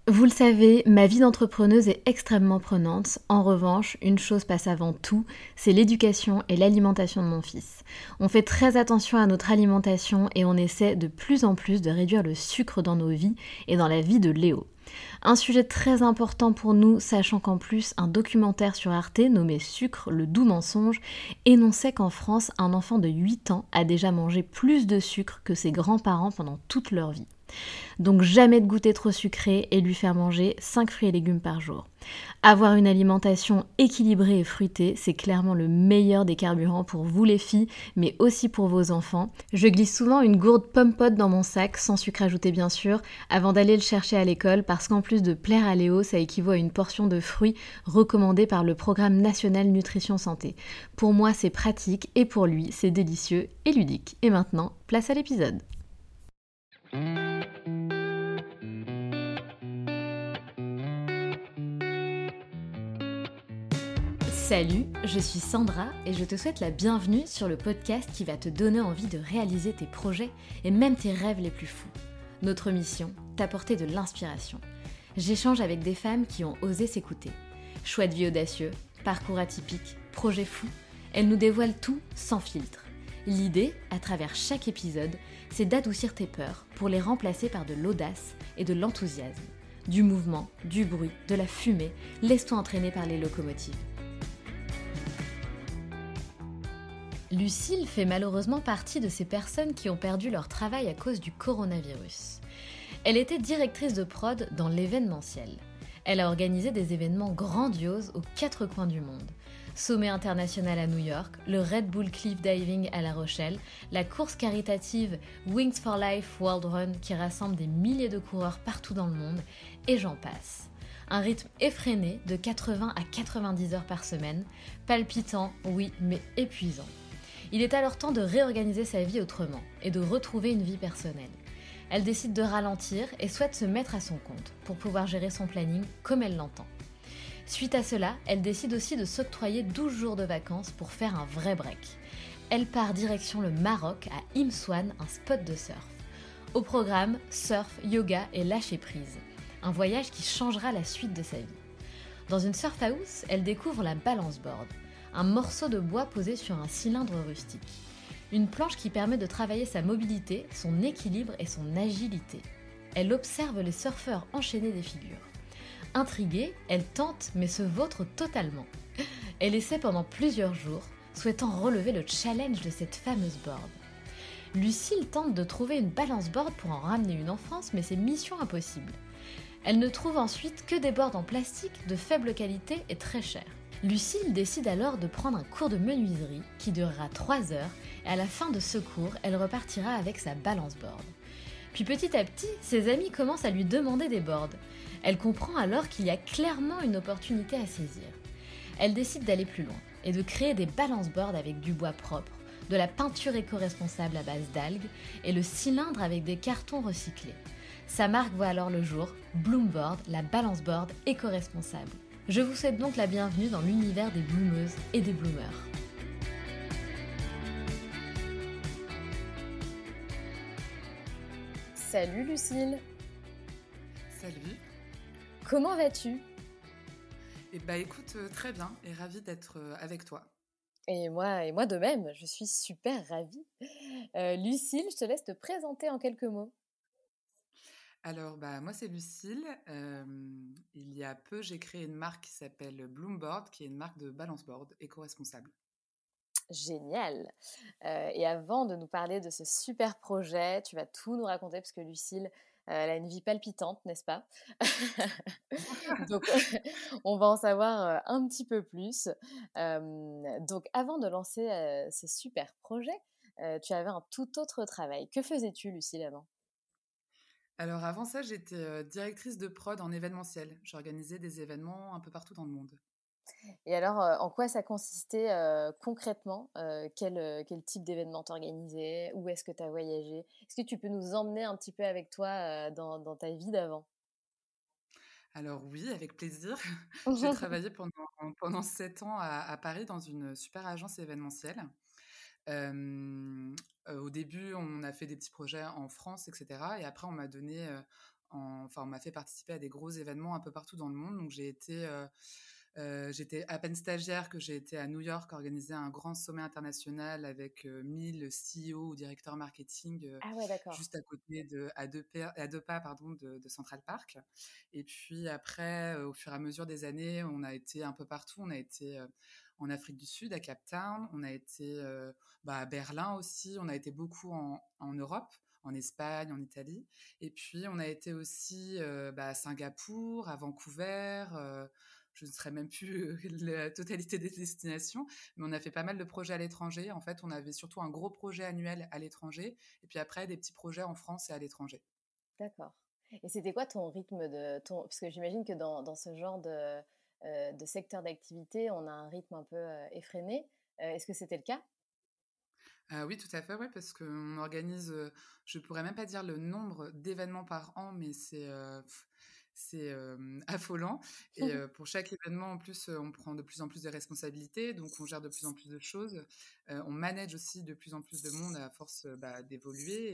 Vous le savez, ma vie d'entrepreneuse est extrêmement prenante. En revanche, une chose passe avant tout, c'est l'éducation et l'alimentation de mon fils. On fait très attention à notre alimentation et on essaie de plus en plus de réduire le sucre dans nos vies et dans la vie de Léo. Un sujet très important pour nous, sachant qu'en plus, un documentaire sur Arte nommé Sucre, le doux mensonge, énonçait qu'en France, un enfant de 8 ans a déjà mangé plus de sucre que ses grands-parents pendant toute leur vie. Donc jamais de goûter trop sucré et lui faire manger 5 fruits et légumes par jour. Avoir une alimentation équilibrée et fruitée, c'est clairement le meilleur des carburants pour vous les filles, mais aussi pour vos enfants. Je glisse souvent une gourde pomme-pote dans mon sac, sans sucre ajouté bien sûr, avant d'aller le chercher à l'école, parce qu'en plus de plaire à Léo, ça équivaut à une portion de fruits recommandée par le Programme national nutrition santé. Pour moi, c'est pratique et pour lui, c'est délicieux et ludique. Et maintenant, place à l'épisode. Salut, je suis Sandra et je te souhaite la bienvenue sur le podcast qui va te donner envie de réaliser tes projets et même tes rêves les plus fous. Notre mission, t'apporter de l'inspiration. J'échange avec des femmes qui ont osé s'écouter. Choix de vie audacieux, parcours atypique, projets fous, elles nous dévoilent tout sans filtre. L'idée, à travers chaque épisode, c'est d'adoucir tes peurs pour les remplacer par de l'audace et de l'enthousiasme. Du mouvement, du bruit, de la fumée, laisse-toi entraîner par les locomotives. Lucille fait malheureusement partie de ces personnes qui ont perdu leur travail à cause du coronavirus. Elle était directrice de prod dans l'événementiel. Elle a organisé des événements grandioses aux 4 coins du monde. Sommet international à New York, le Red Bull Cliff Diving à La Rochelle, la course caritative Wings for Life World Run qui rassemble des milliers de coureurs partout dans le monde, et j'en passe. Un rythme effréné de 80 à 90 heures par semaine, palpitant, oui, mais épuisant. Il est alors temps de réorganiser sa vie autrement et de retrouver une vie personnelle. Elle décide de ralentir et souhaite se mettre à son compte pour pouvoir gérer son planning comme elle l'entend. Suite à cela, elle décide aussi de s'octroyer 12 jours de vacances pour faire un vrai break. Elle part direction le Maroc à Imswan, un spot de surf. Au programme, surf, yoga et lâcher prise. Un voyage qui changera la suite de sa vie. Dans une surf house, elle découvre la balance board. Un morceau de bois posé sur un cylindre rustique. Une planche qui permet de travailler sa mobilité, son équilibre et son agilité. Elle observe les surfeurs enchaîner des figures. Intriguée, elle tente mais se vautre totalement. Elle essaie pendant plusieurs jours, souhaitant relever le challenge de cette fameuse board. Lucille tente de trouver une balance board pour en ramener une en France, mais c'est mission impossible. Elle ne trouve ensuite que des boards en plastique de faible qualité et très chères. Lucille décide alors de prendre un cours de menuiserie qui durera 3 heures et à la fin de ce cours, elle repartira avec sa balance board. Puis petit à petit, ses amis commencent à lui demander des boards. Elle comprend alors qu'il y a clairement une opportunité à saisir. Elle décide d'aller plus loin et de créer des balance boards avec du bois propre, de la peinture éco-responsable à base d'algues et le cylindre avec des cartons recyclés. Sa marque voit alors le jour, Bloomboard, la balance board éco-responsable. Je vous souhaite donc la bienvenue dans l'univers des bloomeuses et des bloomers. Salut Lucille. Salut. Comment vas-tu? Écoute, très bien et ravie d'être avec toi. Et moi de même, je suis super ravie. Lucille, je te laisse te présenter en quelques mots. Alors, moi, c'est Lucille. Il y a peu, j'ai créé une marque qui s'appelle Bloomboard, qui est une marque de balance board éco-responsable. Génial. Et avant de nous parler de ce super projet, tu vas tout nous raconter parce que Lucille, elle a une vie palpitante, n'est-ce pas? Donc, on va en savoir un petit peu plus. Donc, avant de lancer ce super projet, tu avais un tout autre travail. Que faisais-tu, Lucille, avant? Alors, avant ça, j'étais directrice de prod en événementiel. J'organisais des événements un peu partout dans le monde. Et alors, en quoi ça consistait concrètement? Quel type d'événement t'organisais? Où est-ce que tu as voyagé? Est-ce que tu peux nous emmener un petit peu avec toi dans ta vie d'avant? Alors oui, avec plaisir. J'ai travaillé pendant 7 ans à Paris dans une super agence événementielle. Au début, on a fait des petits projets en France, et cetera, et après on m'a donné, enfin, on m'a fait participer à des gros événements un peu partout dans le monde. Donc, j'étais à peine stagiaire que j'ai été à New York organiser un grand sommet international avec 1000 CEO ou directeurs marketing Ah ouais, d'accord. juste à côté à deux pas pardon, de Central Park. Et puis après, au fur et à mesure des années, on a été un peu partout. On a été en Afrique du Sud, à Cape Town. On a été à Berlin aussi. On a été beaucoup en Europe, en Espagne, en Italie. Et puis, on a été aussi à Singapour, à Vancouver. Je ne saurais même plus la totalité des destinations, mais on a fait pas mal de projets à l'étranger. En fait, on avait surtout un gros projet annuel à l'étranger, et puis après, des petits projets en France et à l'étranger. D'accord. Et c'était quoi ton rythme parce que j'imagine que dans ce genre de secteur d'activité, on a un rythme un peu, effréné. Est-ce que c'était le cas? Oui, tout à fait, ouais, parce qu'on organise, je pourrais même pas dire le nombre d'événements par an, mais c'est affolant. Et pour chaque événement, en plus, on prend de plus en plus de responsabilités, donc on gère de plus en plus de choses. On manage aussi de plus en plus de monde à force, d'évoluer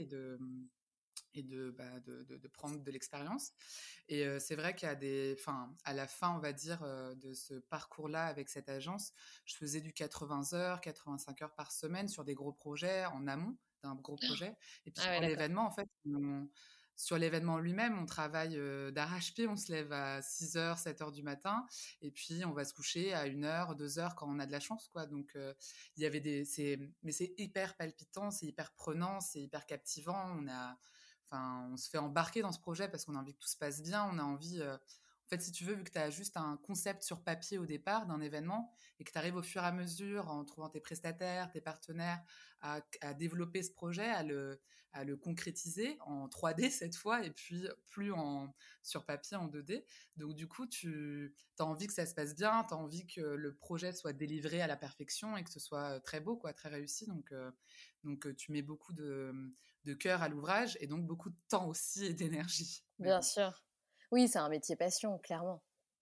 et de prendre de l'expérience. Et c'est vrai qu'il y a enfin, à la fin, on va dire, de ce parcours-là avec cette agence, je faisais du 80 heures, 85 heures par semaine sur des gros projets en amont d'un gros projet. Et puis Ah ouais, sur d'accord. l'événement, en fait, sur l'événement lui-même, on travaille d'arrache-pied, on se lève à 6 heures, 7 heures du matin, et puis on va se coucher à 1 heure, 2 heures quand on a de la chance, quoi. Donc, il y avait mais c'est hyper palpitant, c'est hyper prenant, c'est hyper captivant. Enfin, on se fait embarquer dans ce projet parce qu'on a envie que tout se passe bien. On a envie, en fait, si tu veux, vu que tu as juste un concept sur papier au départ d'un événement et que tu arrives au fur et à mesure, en trouvant tes prestataires, tes partenaires, à développer ce projet, à le concrétiser en 3D cette fois, et puis plus sur papier en 2D. Donc, du coup, tu as envie que ça se passe bien, tu as envie que le projet soit délivré à la perfection et que ce soit très beau, quoi, très réussi. Donc, tu mets beaucoup de cœur à l'ouvrage et donc beaucoup de temps aussi et d'énergie. Mais Bien bon. sûr. Oui, c'est un métier passion, clairement,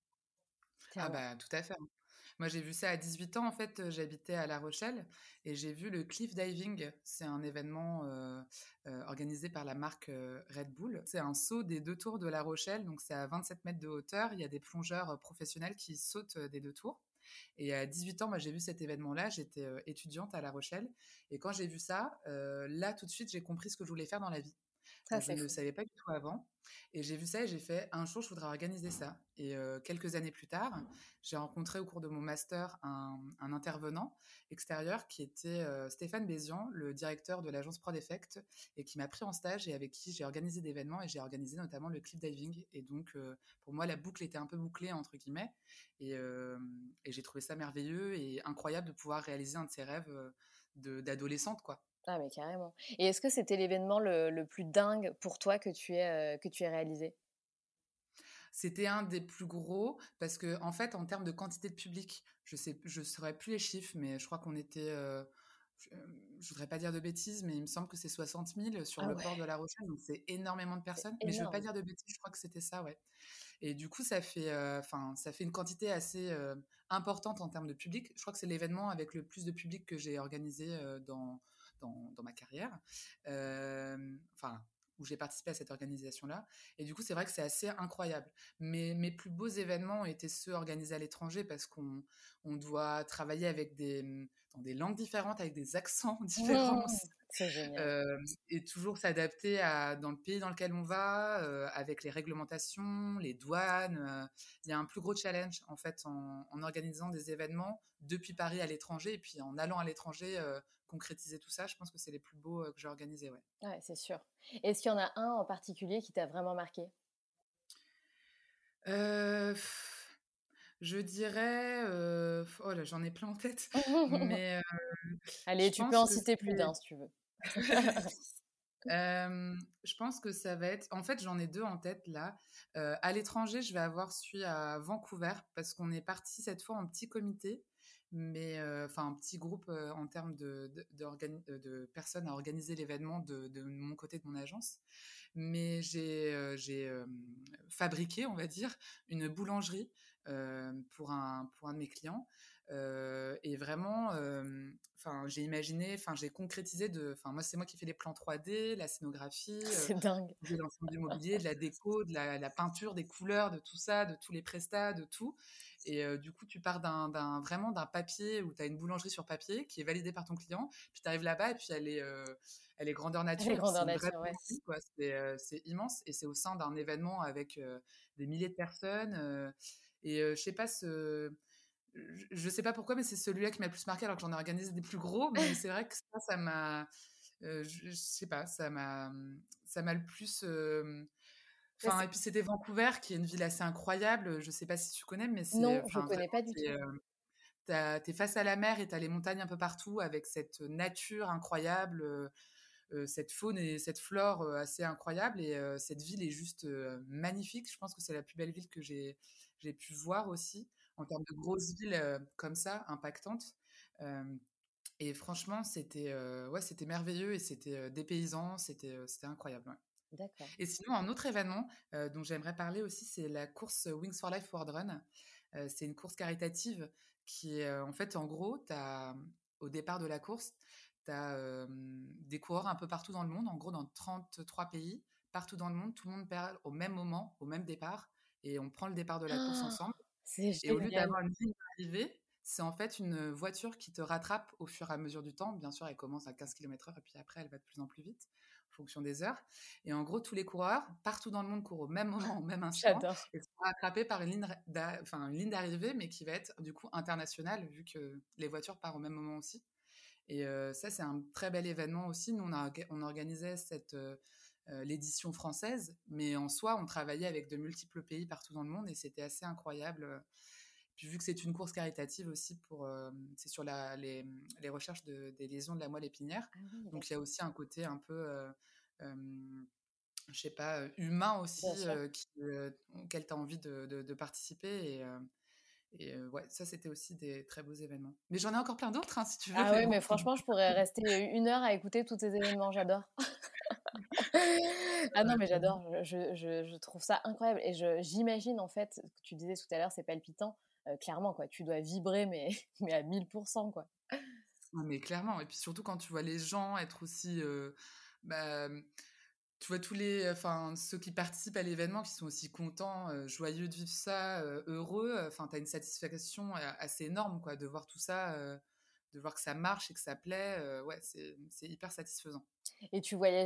Ah clairement. bah tout à fait, hein. Moi j'ai vu ça à 18 ans en fait, j'habitais à La Rochelle et j'ai vu le cliff diving. C'est un événement organisé par la marque Red Bull. C'est un saut des 2 tours de La Rochelle, donc c'est à 27 mètres de hauteur. Il y a des plongeurs professionnels qui sautent des 2 tours. Et à 18 ans, moi j'ai vu cet événement-là, j'étais étudiante à La Rochelle. Et quand j'ai vu ça, là tout de suite j'ai compris ce que je voulais faire dans la vie. Ça, Je c'est ne le fou. savais pas du tout avant. Et j'ai vu ça et j'ai fait, un jour, je voudrais organiser ça. Et quelques années plus tard, j'ai rencontré au cours de mon master un intervenant extérieur qui était Stéphane Bézian, le directeur de l'agence Prod Effect, et qui m'a pris en stage et avec qui j'ai organisé des événements et j'ai organisé notamment le cliff diving. Et donc, pour moi, la boucle était un peu bouclée, entre guillemets. Et, euh, et j'ai trouvé ça merveilleux et incroyable de pouvoir réaliser un de ses rêves d'adolescente, quoi. Ah mais carrément. Et est-ce que c'était l'événement le plus dingue pour toi que tu aies réalisé? C'était un des plus gros parce que en fait, en termes de quantité de public, je saurais plus les chiffres, mais je crois qu'on était, je voudrais pas dire de bêtises, mais il me semble que c'est 60 000 sur Ah le ouais, port de La Rochelle, donc c'est énormément de c'est personnes. Mais je veux pas énorme. dire de bêtises, je crois que c'était ça, ouais. Et du coup, ça fait une quantité assez importante en termes de public. Je crois que c'est l'événement avec le plus de public que j'ai organisé dans ma carrière. Enfin, où j'ai participé à cette organisation-là. Et du coup, c'est vrai que c'est assez incroyable. Mais mes plus beaux événements ont été ceux organisés à l'étranger parce qu'on doit travailler dans des langues différentes, avec des accents différents Mmh, aussi. c'est génial. Euh, et toujours s'adapter dans le pays dans lequel on va, avec les réglementations, les douanes. Il y a un plus gros challenge en fait en organisant des événements depuis Paris à l'étranger et puis en allant à l'étranger concrétiser tout ça. Je pense que c'est les plus beaux que j'ai organisés. Ouais. Ouais, c'est sûr. Est-ce qu'il y en a un en particulier qui t'a vraiment marqué? Pff, je dirais, oh là, j'en ai plein en tête, mais Allez, je tu peux pense en que citer plus d'un si tu veux. Je pense que ça va être en fait, j'en ai 2 en tête là. À l'étranger, je vais avoir celui à Vancouver parce qu'on est parti cette fois en petit comité, mais enfin un petit groupe, en termes de personnes à organiser l'événement de mon côté de mon agence. Mais j'ai fabriqué, on va dire, une boulangerie, pour un de mes clients. Et vraiment, j'ai imaginé, j'ai concrétisé moi, c'est moi qui fais les plans 3D, la scénographie, C'est dingue. de l'ensemble du mobilier, de la déco, de la peinture, des couleurs, de tout ça, de tous les prestats, de tout. Et du coup, tu pars vraiment d'un papier où tu as une boulangerie sur papier qui est validée par ton client. Puis tu arrives là-bas et puis elle est grandeur nature. Les Et puis c'est grandeurs une vraie nature, ouais. boulangerie, quoi. C'est immense. Et c'est au sein d'un événement avec des milliers de personnes. Je sais pas je sais pas pourquoi, mais c'est celui-là qui m'a le plus marqué alors que j'en ai organisé des plus gros. Mais c'est vrai que ça m'a. Je sais pas, ça m'a le plus. Mais Et puis c'était Vancouver, qui est une ville assez incroyable. Je sais pas si tu connais, mais c'est, non, je connais vraiment, pas du tout. t'es face à la mer et t'as les montagnes un peu partout avec cette nature incroyable, cette faune et cette flore assez incroyable. Et cette ville est juste magnifique. Je pense que c'est la plus belle ville que j'ai pu voir aussi en termes de grosses villes comme ça, impactantes. Euh, et franchement, c'était merveilleux et c'était dépaysant, c'était incroyable. Ouais. D'accord. Et sinon, un autre événement dont j'aimerais parler aussi, c'est la course Wings for Life World Run. C'est une course caritative qui est, en fait, en gros, au départ de la course, tu as des coureurs un peu partout dans le monde, en gros, dans 33 pays, partout dans le monde. Tout le monde perd au même moment, au même départ, et on prend le départ de la course Ah, ensemble. c'est Et au lieu génial. d'avoir une ligne d'arrivée, c'est en fait une voiture qui te rattrape au fur et à mesure du temps. Bien sûr, elle commence à 15 km/h et puis après, elle va de plus en plus vite en fonction des heures. Et en gros, tous les coureurs, partout dans le monde, courent au même moment, au même instant, J'adore. et sont rattrapés par une ligne d'arrivée, mais qui va être du coup internationale, vu que les voitures partent au même moment aussi. Et ça, c'est un très bel événement aussi. Nous, on organisait l'édition française, mais en soi, on travaillait avec de multiples pays partout dans le monde et c'était assez incroyable. Puis vu que c'est une course caritative aussi, c'est sur les recherches des lésions de la moelle épinière. Ah oui, Donc il y a d'accord. aussi un côté un peu, je sais pas, humain Bien aussi, sûr. auquel tu as envie de participer. Ouais, ça, c'était aussi des très beaux événements. Mais j'en ai encore plein d'autres, hein, si tu veux, Ah mais ouais, bon, mais faut que franchement, je pourrais rester 1 heure à écouter tous ces événements, j'adore. Ah non, mais j'adore, je trouve ça incroyable et j'imagine en fait, que tu disais tout à l'heure, c'est palpitant, clairement quoi, tu dois vibrer mais mais à 1000%, quoi. Non, mais clairement. Et puis surtout quand tu vois les gens être aussi, bah, tu vois ceux qui participent à l'événement qui sont aussi contents, joyeux de vivre ça, heureux. Enfin, t'as une satisfaction assez énorme, quoi, de voir tout ça, de voir que ça marche et que ça plaît. Ouais, c'est hyper satisfaisant. Et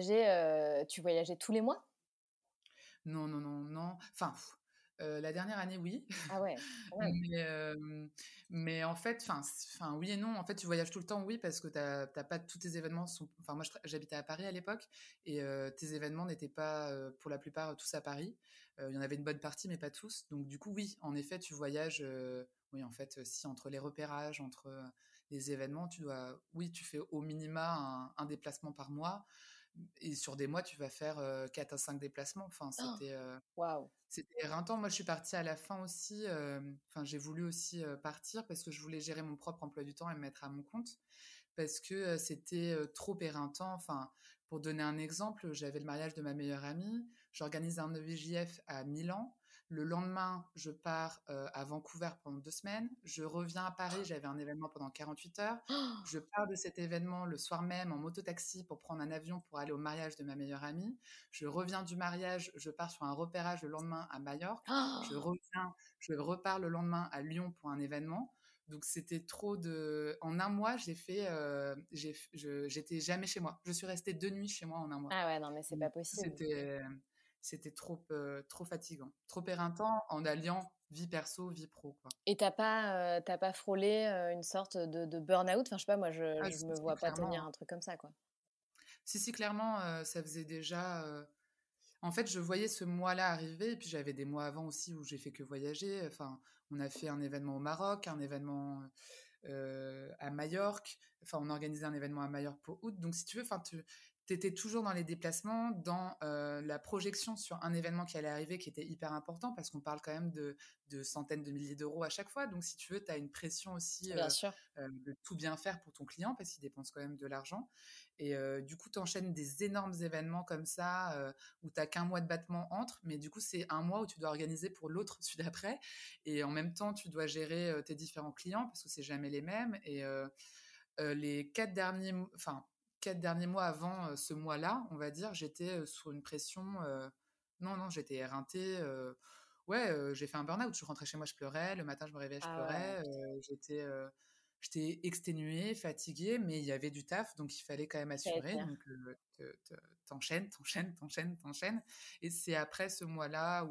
tu voyageais tous les mois? Non, non, non, non. La dernière année, oui. Ah ouais, quand même. Mais, mais en fait, oui et non. En fait, tu voyages tout le temps, oui, parce que t'as pas tous tes événements sont. Enfin, moi, j'habitais à Paris à l'époque, et tes événements n'étaient pas, pour la plupart, tous à Paris. Il y en avait une bonne partie, mais pas tous. Donc, du coup, oui, en effet, tu voyages. Oui, en fait, si entre les repérages, entre les événements, oui, tu fais au minima un déplacement par mois. Et sur des mois, tu vas faire 4 à 5 déplacements. Enfin, Waouh! c'était éreintant. Moi, je suis partie à la fin aussi. J'ai voulu aussi partir parce que je voulais gérer mon propre emploi du temps et me mettre à mon compte parce que c'était trop éreintant. Enfin, pour donner un exemple, j'avais le mariage de ma meilleure amie. J'organise un EVJF à Milan. Le lendemain, je pars à Vancouver pendant 2 semaines. Je reviens à Paris. J'avais un événement pendant 48 heures. Je pars de cet événement le soir même en mototaxi pour prendre un avion pour aller au mariage de ma meilleure amie. Je reviens du mariage, je pars sur un repérage le lendemain à Majorque. Je reviens, je repars le lendemain à Lyon pour un événement. Donc c'était trop de. En un mois, j'étais jamais chez moi. Je suis restée 2 nuits chez moi en un mois. Ah ouais, non mais c'est pas Donc, possible. c'était trop fatigant, trop éreintant en alliant vie perso, vie pro, quoi. Et tu pas frôlé, une sorte de burn-out? Enfin, je sais pas, moi, Ah, je si, me si, vois pas tenir clairement. un truc comme ça, quoi. Si, si, clairement, ça faisait déjà. En fait, je voyais ce mois-là arriver, et puis j'avais des mois avant aussi où j'ai fait que voyager. Enfin, on a fait un événement au Maroc, un événement à Majorque. Enfin, on a organisé un événement à Majorque pour août. Donc, si tu veux, tu étais toujours dans les déplacements, dans la projection sur un événement qui allait arriver qui était hyper important parce qu'on parle quand même de centaines de milliers d'euros à chaque fois. Donc, si tu veux, tu as une pression aussi Bien sûr. de tout bien faire pour ton client parce qu'il dépense quand même de l'argent. Et du coup, tu enchaînes des énormes événements comme ça où tu n'as qu'un mois de battement entre, mais du coup, c'est un mois où tu dois organiser pour l'autre, celui d'après. Et en même temps, tu dois gérer tes différents clients parce que c'est jamais les mêmes. Et les 4 derniers mois avant ce mois-là, on va dire, j'étais sous une pression. Non, j'étais éreintée. Ouais, j'ai fait un burn-out. Je rentrais chez moi, je pleurais. Le matin, je me réveillais, je Ah ouais, pleurais. J'étais exténuée, fatiguée, mais il y avait du taf, donc il fallait quand même fallait assurer. tenir. Donc, t'enchaînes. Et c'est après ce mois-là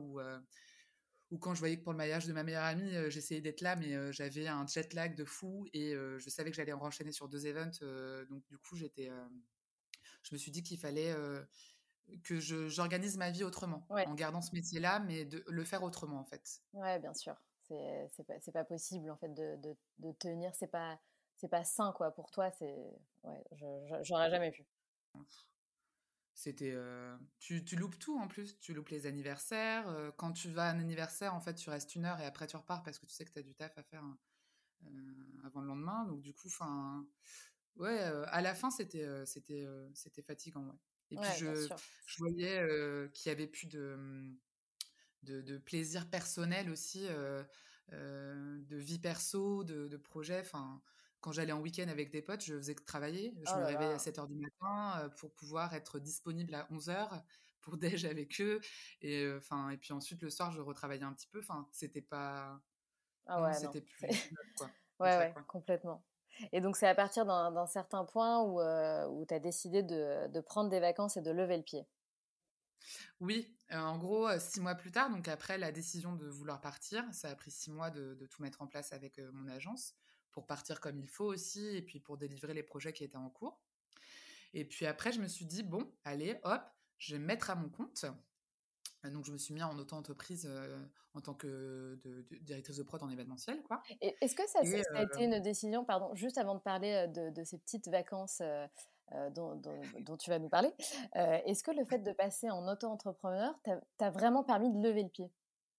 où quand je voyais que pour le mariage de ma meilleure amie, j'essayais d'être là, mais j'avais un jet lag de fou et je savais que j'allais enchaîner sur 2 events. Donc, du coup, je me suis dit qu'il fallait que j'organise ma vie autrement, Ouais, en gardant ce métier-là, mais de le faire autrement, en fait. ouais, bien sûr. C'est pas possible en fait de tenir. C'est pas sain quoi pour toi. Ouais, j'aurais jamais pu. C'était, tu loupes tout en plus, tu loupes les anniversaires. Quand tu vas à un anniversaire, en fait, tu restes 1 heure et après tu repars parce que tu sais que tu as du taf à faire hein, avant le lendemain. Donc, du coup, enfin, ouais, à la fin, c'était fatigant, ouais. Et puis, Ouais, bien je, sûr. je voyais qu'il y avait plus de plaisir personnel aussi, de vie perso, de projet. Enfin, quand j'allais en week-end avec des potes, je faisais que travailler. Je Oh me là réveillais à là. 7 heures du matin pour pouvoir être disponible à 11 heures pour déj avec eux. Et, enfin, et puis ensuite, le soir, je retravaillais un petit peu. Enfin, c'était pas... Ah Non, ouais, non. c'était plus jouable, quoi, à Ouais, chaque ouais, fois. complètement. Et donc, c'est à partir d'un certain point où tu as décidé de prendre des vacances et de lever le pied. Oui, en gros, 6 mois plus tard, donc après la décision de vouloir partir, ça a pris 6 mois de tout mettre en place avec, mon agence, pour partir comme il faut aussi et puis pour délivrer les projets qui étaient en cours. Et puis après, je me suis dit: «Bon, allez, hop, je vais me mettre à mon compte». Donc je me suis mis en auto-entreprise, en tant que de directrice de prod en événementiel, quoi. Et est-ce que ça Et a été une décision, pardon, juste avant de parler de ces petites vacances dont tu vas nous parler, est-ce que le fait de passer en auto-entrepreneur t'a vraiment permis de lever le pied?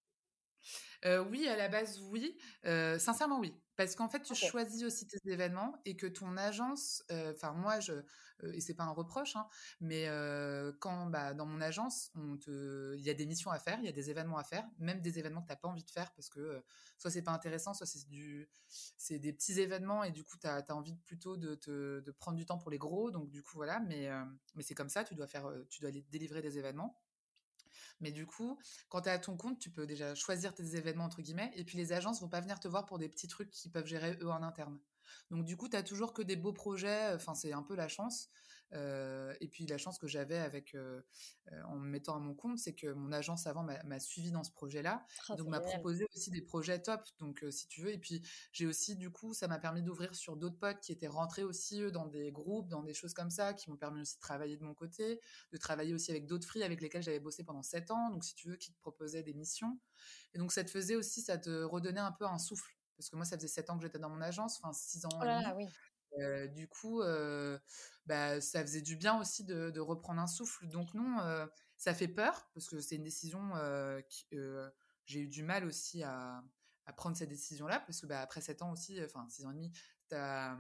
Oui, à la base, oui. Sincèrement, oui. Parce qu'en fait, tu Ok, choisis aussi tes événements et que ton agence, enfin moi, et c'est pas un reproche, hein, mais quand, bah, dans mon agence, il y a des missions à faire, il y a des événements à faire, même des événements que tu as pas envie de faire parce que soit c'est pas intéressant, soit c'est des petits événements et du coup, tu as envie plutôt de prendre du temps pour les gros. Donc du coup, voilà. Mais c'est comme ça, tu dois aller délivrer des événements. Mais du coup, quand tu es à ton compte, tu peux déjà choisir tes événements, entre guillemets, et puis les agences vont pas venir te voir pour des petits trucs qu'ils peuvent gérer eux en interne. Donc du coup, tu as toujours que des beaux projets, enfin c'est un peu la chance. Et puis la chance que j'avais en me mettant à mon compte, c'est que mon agence avant m'a suivi dans ce projet-là, et ah, donc c'est m'a génial. proposé aussi des projets top, donc si tu veux. Et puis j'ai aussi, du coup, ça m'a permis d'ouvrir sur d'autres potes qui étaient rentrés aussi, eux, dans des groupes, dans des choses comme ça, qui m'ont permis aussi de travailler de mon côté, de travailler aussi avec d'autres filles avec lesquelles j'avais bossé pendant 7 ans, donc si tu veux, qui te proposaient des missions. Et donc ça te faisait aussi, ça te redonnait un peu un souffle. Parce que moi, ça faisait 7 ans que j'étais dans mon agence, enfin 6 ans Oh et là là, demi. oui. Du coup, bah, ça faisait du bien aussi de reprendre un souffle. Donc non, ça fait peur, parce que c'est une décision j'ai eu du mal aussi à prendre cette décision-là, parce que bah, après 7 ans aussi, enfin 6 ans et demi, t'as,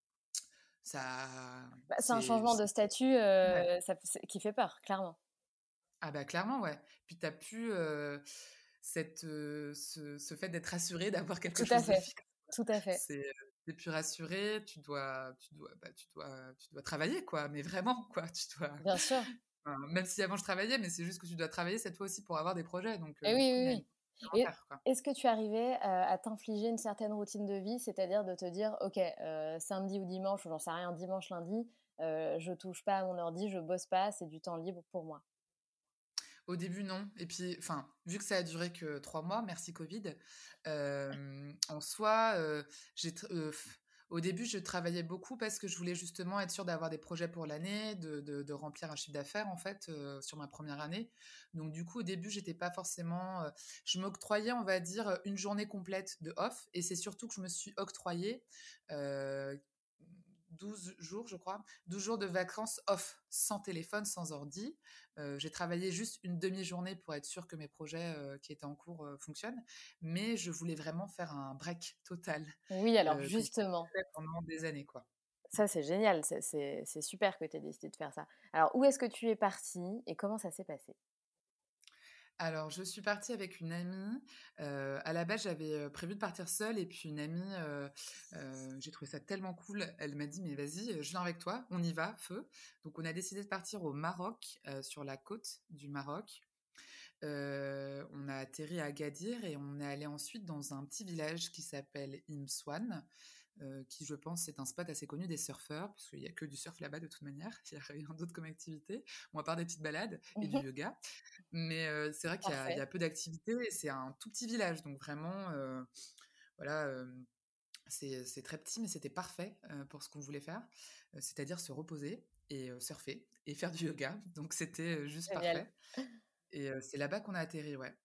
ça, Bah, c'est un changement de statut ouais. qui fait peur, clairement. Ah bah clairement, ouais. Puis t'as plus ce fait d'être rassuré, d'avoir quelque Tout à chose de fait, fixe. tout à fait. T'es plus rassuré, tu dois travailler, quoi. Mais vraiment, quoi. Bien sûr. Enfin, même si avant je travaillais, mais c'est juste que tu dois travailler cette fois aussi pour avoir des projets. Donc Et oui, du coup, il y a oui, une oui. Et supplémentaire, quoi. est-ce que tu arrivais à t'infliger une certaine routine de vie, c'est-à-dire de te dire, ok, samedi ou dimanche, ou j'en sais rien, dimanche, lundi, je touche pas à mon ordi, je bosse pas, c'est du temps libre pour moi. Au début, non. Et puis, enfin, vu que ça a duré que 3 mois, merci Covid, en soi, au début, je travaillais beaucoup parce que je voulais justement être sûre d'avoir des projets pour l'année, de remplir un chiffre d'affaires, en fait, sur ma première année. Donc, du coup, au début, j'étais pas forcément. Je m'octroyais, on va dire, une journée complète de off. Et c'est surtout que je me suis octroyée euh, 12 jours, je crois, 12 jours de vacances off, sans téléphone, sans ordi. J'ai travaillé juste une demi-journée pour être sûre que mes projets qui étaient en cours fonctionnent, mais je voulais vraiment faire un break total Oui, alors que j'ai justement, fait pendant des années, quoi. ça c'est génial, c'est super que tu aies décidé de faire ça. Alors où est-ce que tu es partie et comment ça s'est passé? Alors, je suis partie avec une amie. À la base, j'avais prévu de partir seule et puis une amie, j'ai trouvé ça tellement cool. Elle m'a dit: «Mais vas-y, je viens avec toi, on y va, feu». Donc on a décidé de partir au Maroc, sur la côte du Maroc. On a atterri à Agadir et on est allé ensuite dans un petit village qui s'appelle Imswan, qui, je pense, est un spot assez connu des surfeurs, parce qu'il y a que du surf là-bas de toute manière. Il y a rien d'autre comme activité, bon, à part des petites balades et du yoga. Mais c'est vrai qu'il y a Parfait. peu d'activités et c'est un tout petit village, donc vraiment, voilà, c'est très petit, mais c'était parfait, pour ce qu'on voulait faire, c'est-à-dire se reposer et surfer et faire du yoga, donc c'était, juste Génial. parfait et c'est là-bas qu'on a atterri, ouais.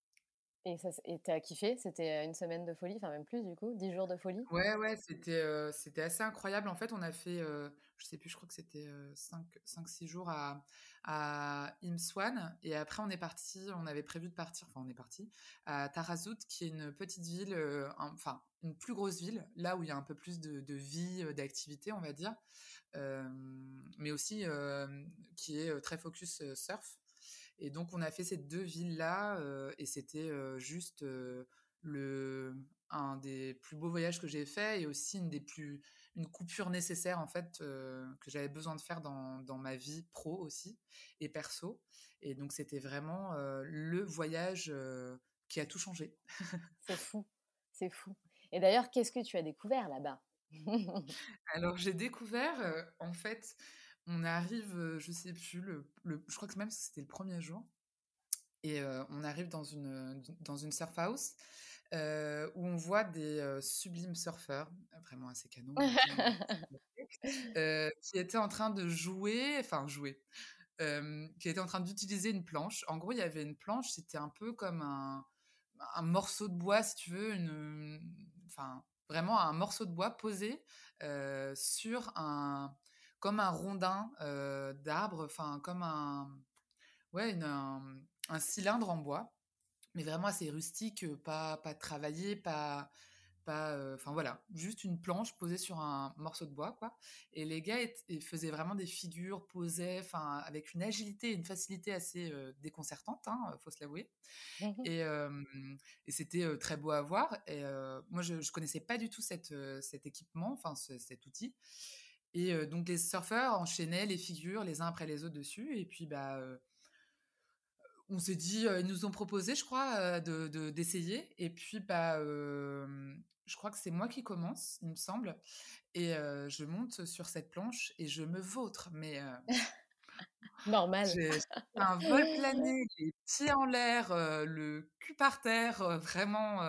Et tu as kiffé? C'était, une semaine de folie, enfin même plus du coup, 10 jours de folie? Ouais, ouais, c'était assez incroyable. En fait, on a fait, je sais plus, je crois que c'était, 5-6 jours à Imswan et après on avait prévu de partir, enfin on est parti à Tarazout qui est une petite ville, enfin une plus grosse ville, là où il y a un peu plus de vie, d'activité, on va dire, mais aussi, qui est, très focus, surf et donc on a fait ces 2 villes-là, et c'était, juste, le un des plus beaux voyages que j'ai fait et aussi une coupure nécessaire en fait, que j'avais besoin de faire dans ma vie pro aussi et perso et donc c'était vraiment, le voyage, qui a tout changé. C'est fou, c'est fou. Et d'ailleurs, qu'est-ce que tu as découvert là-bas? Alors j'ai découvert, en fait, on arrive, je sais plus je crois que même c'était le premier jour et on arrive dans une surf house, où on voit des, sublimes surfeurs, vraiment assez canons, on va dire, qui étaient en train de jouer, qui étaient en train d'utiliser une planche. En gros, il y avait une planche, c'était un peu comme un morceau de bois, si tu veux, enfin, vraiment un morceau de bois posé, sur comme un rondin, d'arbre, enfin comme ouais, un cylindre en bois, mais vraiment assez rustique, pas travaillé, enfin voilà, juste une planche posée sur un morceau de bois, quoi. Et les gars ils faisaient vraiment des figures, posaient, enfin, avec une agilité et une facilité assez déconcertante, hein, faut se l'avouer. Et, c'était très beau à voir. Et moi, je connaissais pas du tout cet équipement, enfin cet outil. Et donc les surfeurs enchaînaient les figures les uns après les autres dessus. Et puis bah on s'est dit, ils nous ont proposé, je crois, d'essayer. Et puis, bah, je crois que c'est moi qui commence, il me semble. Et je monte sur cette planche et je me vautre. Mais Normal. j'ai fait un vol plané, les pieds en l'air, le cul par terre, vraiment.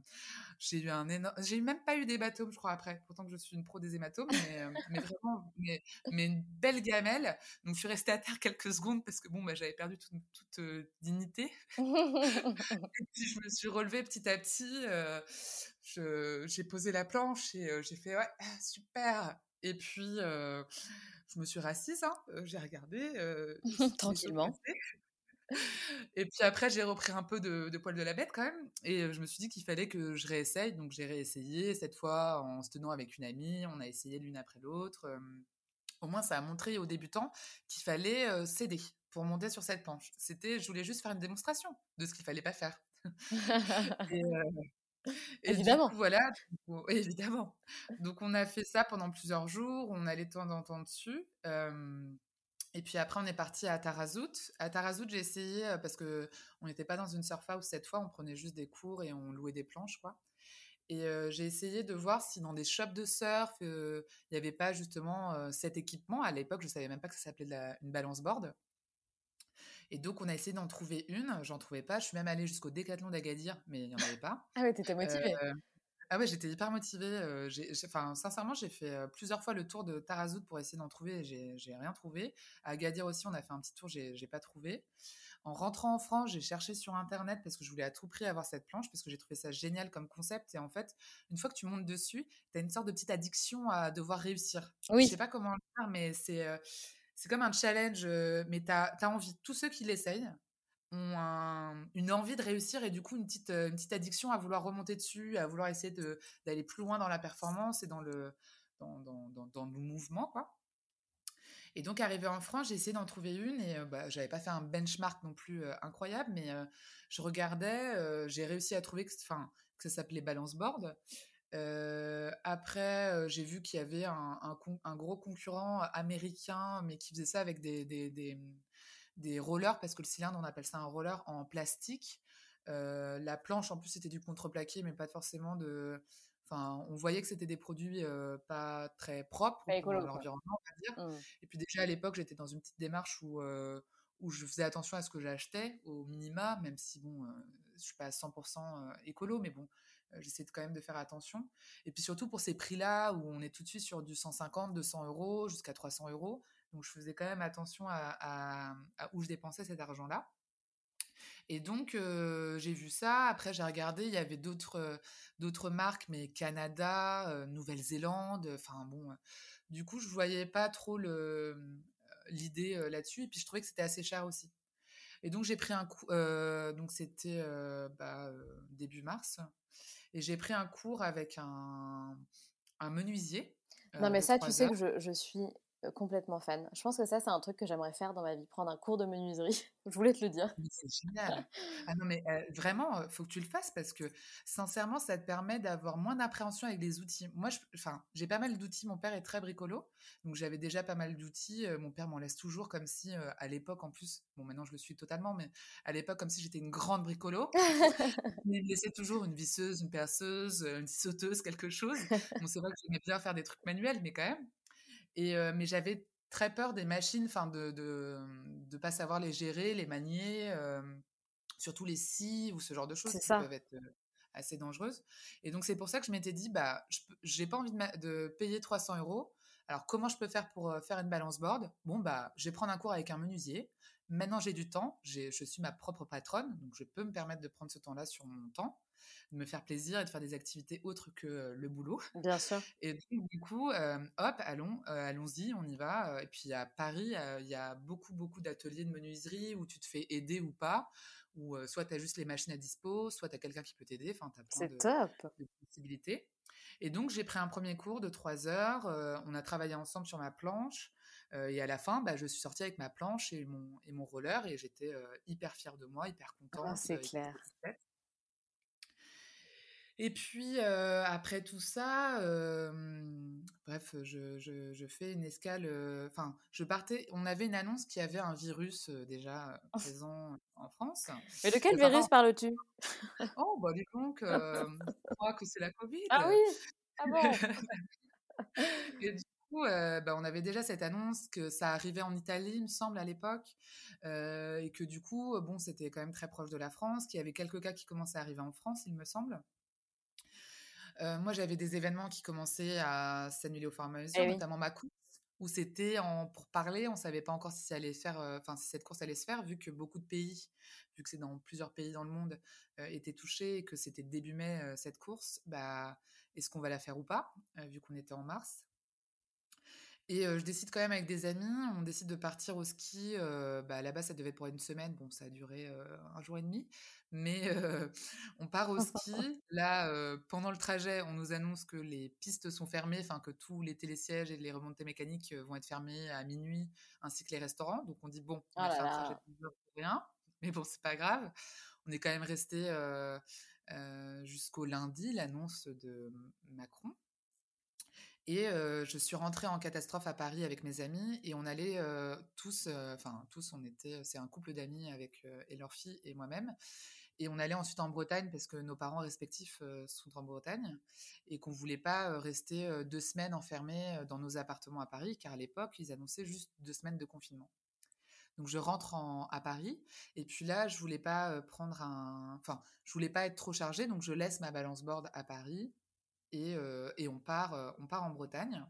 J'ai même pas eu d'hématome, je crois, après. Pourtant que je suis une pro des hématomes, mais vraiment, mais une belle gamelle. Donc je suis restée à terre quelques secondes parce que bon, bah, j'avais perdu toute dignité. Et puis je me suis relevée petit à petit, j'ai posé la planche et j'ai fait: «Ouais, ah, super!» Et puis, je me suis rassise, hein, j'ai regardé, les choses Tranquillement. passer et puis après j'ai repris un peu de poil de la bête quand même et je me suis dit qu'il fallait que je réessaye, donc j'ai réessayé cette fois en se tenant avec une amie, on a essayé l'une après l'autre, au moins ça a montré aux débutants qu'il fallait, s'aider pour monter sur cette planche. Je voulais juste faire une démonstration de ce qu'il fallait pas faire. Et du coup, Évidemment. voilà, évidemment. Donc on a fait ça pendant plusieurs jours, on a les temps d'entendre dessus, et puis après on est parti à Tarazout. À Tarazout, j'ai essayé, parce qu'on n'était pas dans une surf house cette fois, on prenait juste des cours et on louait des planches, quoi. Et j'ai essayé de voir si dans des shops de surf, il y avait pas justement, cet équipement. À l'époque, je savais même pas que ça s'appelait une balance board. Et donc on a essayé d'en trouver une, j'en trouvais pas. Je suis même allée jusqu'au Décathlon d'Agadir, mais il y en avait pas. Ah ouais, tu étais Heu motivée. Ah ouais, j'étais hyper motivée, enfin, sincèrement, j'ai fait, plusieurs fois le tour de Tarazout pour essayer d'en trouver et j'ai rien trouvé. À Agadir aussi, on a fait un petit tour, j'ai pas trouvé. En rentrant en France, j'ai cherché sur Internet parce que je voulais à tout prix avoir cette planche parce que j'ai trouvé ça génial comme concept. Et en fait, une fois que tu montes dessus, tu as une sorte de petite addiction à devoir réussir. Je sais Oui, pas comment le faire, mais c'est comme un challenge, mais tu as envie. Tous ceux qui l'essayent ont une envie de réussir et du coup une petite addiction à vouloir remonter dessus, à vouloir essayer d'aller plus loin dans la performance et dans le mouvement, quoi. Et donc, arrivé en France, j'ai essayé d'en trouver une et bah, j'avais pas fait un benchmark non plus incroyable, mais je regardais, j'ai réussi à trouver que ça s'appelait Balance Board. Après, j'ai vu qu'il y avait un gros concurrent américain, mais qui faisait ça avec des rollers, parce que le cylindre, on appelle ça un roller en plastique. La planche, en plus, c'était du contreplaqué, mais pas forcément de. Enfin, on voyait que c'était des produits pas très propres pas pour écolo, quoi. l'environnement, on va dire. Mmh. Et puis déjà à l'époque, j'étais dans une petite démarche où je faisais attention à ce que j'achetais au minima, même si bon, je suis pas à 100% écolo, mais bon, j'essaie quand même de faire attention. Et puis surtout pour ces prix-là, où on est tout de suite sur du 150, 200 euros, jusqu'à 300 euros. Donc je faisais quand même attention à où je dépensais cet argent-là. Et donc j'ai vu ça. Après j'ai regardé, il y avait d'autres marques, mais Canada, Nouvelle-Zélande. Enfin bon, du coup je voyais pas trop l'idée là-dessus. Et puis je trouvais que c'était assez cher aussi. Et donc j'ai pris un coup. Donc c'était début mars. Et j'ai pris un cours avec un menuisier Non, mais de ça, tu 3 sais que heures. je suis complètement fan. Je pense que ça, c'est un truc que j'aimerais faire dans ma vie, prendre un cours de menuiserie. Je voulais te le dire. Mais c'est génial. Ah non, mais vraiment, faut que tu le fasses parce que sincèrement, ça te permet d'avoir moins d'appréhension avec les outils. Moi, j'ai pas mal d'outils. Mon père est très bricolo, donc j'avais déjà pas mal d'outils. Mon père m'en laisse toujours comme si, à l'époque, en plus, bon, maintenant je le suis totalement, mais à l'époque, comme si j'étais une grande bricolo. Il me laissait toujours une visseuse, une perceuse, une scie sauteuse, quelque chose. Bon, c'est vrai que j'aimais bien faire des trucs manuels, mais quand même. Mais j'avais très peur des machines, enfin de pas savoir les gérer, les manier, surtout les scies ou ce genre de choses C'est qui ça. peuvent être assez dangereuses. Et donc c'est pour ça que je m'étais dit, bah, j'ai pas envie de payer 300 euros. Alors comment je peux faire pour faire une balance board? Bon bah, je vais prendre un cours avec un menuisier. Maintenant j'ai du temps, je suis ma propre patronne, donc je peux me permettre de prendre ce temps-là sur mon temps, de me faire plaisir et de faire des activités autres que le boulot. Bien sûr. Et donc, du coup, hop, allons-y, on y va. Et puis à Paris, il y a beaucoup, beaucoup d'ateliers de menuiserie où tu te fais aider ou pas, ou soit tu as juste les machines à dispo, soit tu as quelqu'un qui peut t'aider. Enfin, tu as plein C'est top. de possibilités. Et donc, j'ai pris un premier cours de 3 heures. On a travaillé ensemble sur ma planche. Et à la fin, bah, je suis sortie avec ma planche et mon roller. Et j'étais hyper fière de moi, hyper Ah, contente, c'est hyper clair. satisfaite. Et puis, après tout ça, bref, je fais une escale, enfin, je partais on avait une annonce qu'il y avait un virus, déjà, présent en France. Mais de quel Enfin, pas virus en parles-tu? «Oh, bah, dis donc, je crois que c'est la Ah oui? covid». Ah bon? Et du coup, bah, on avait déjà cette annonce que ça arrivait en Italie, il me semble, à l'époque, et que du coup, bon, c'était quand même très proche de la France, qu'il y avait quelques cas qui commençaient à arriver en France, il me semble. Moi, j'avais des événements qui commençaient à s'annuler au fur et à Eh mesure, oui. notamment ma course, où c'était en pourparlers. On ne savait pas encore si ça allait se faire, enfin, si cette course allait se faire, vu que beaucoup de pays, vu que c'est dans plusieurs pays dans le monde, étaient touchés et que c'était début mai, cette course. Bah, est-ce qu'on va la faire ou pas, vu qu'on était en mars? Et je décide quand même avec des amis, on décide de partir au ski, bah, là-bas, ça devait être pour une semaine. Bon, ça a duré, 1 jour et demi, mais on part au ski. Là, pendant le trajet, on nous annonce que les pistes sont fermées, enfin que tous les télésièges et les remontées mécaniques, vont être fermés à minuit, ainsi que les restaurants. Donc on dit: «Bon, on Oh a là fait un trajet là. de 12 heures pour rien», mais bon, c'est pas grave. On est quand même resté jusqu'au lundi, l'annonce de Macron. Et je suis rentrée en catastrophe à Paris avec mes amis et on allait tous, enfin tous, c'est un couple d'amis avec et leur fille et moi-même. Et on allait ensuite en Bretagne parce que nos parents respectifs sont en Bretagne et qu'on voulait pas rester 2 semaines enfermés dans nos appartements à Paris, car à l'époque, ils annonçaient juste 2 semaines de confinement. Donc je rentre à Paris et puis là, je voulais pas enfin, je voulais pas être trop chargée, donc je laisse ma balance board à Paris et on part en Bretagne.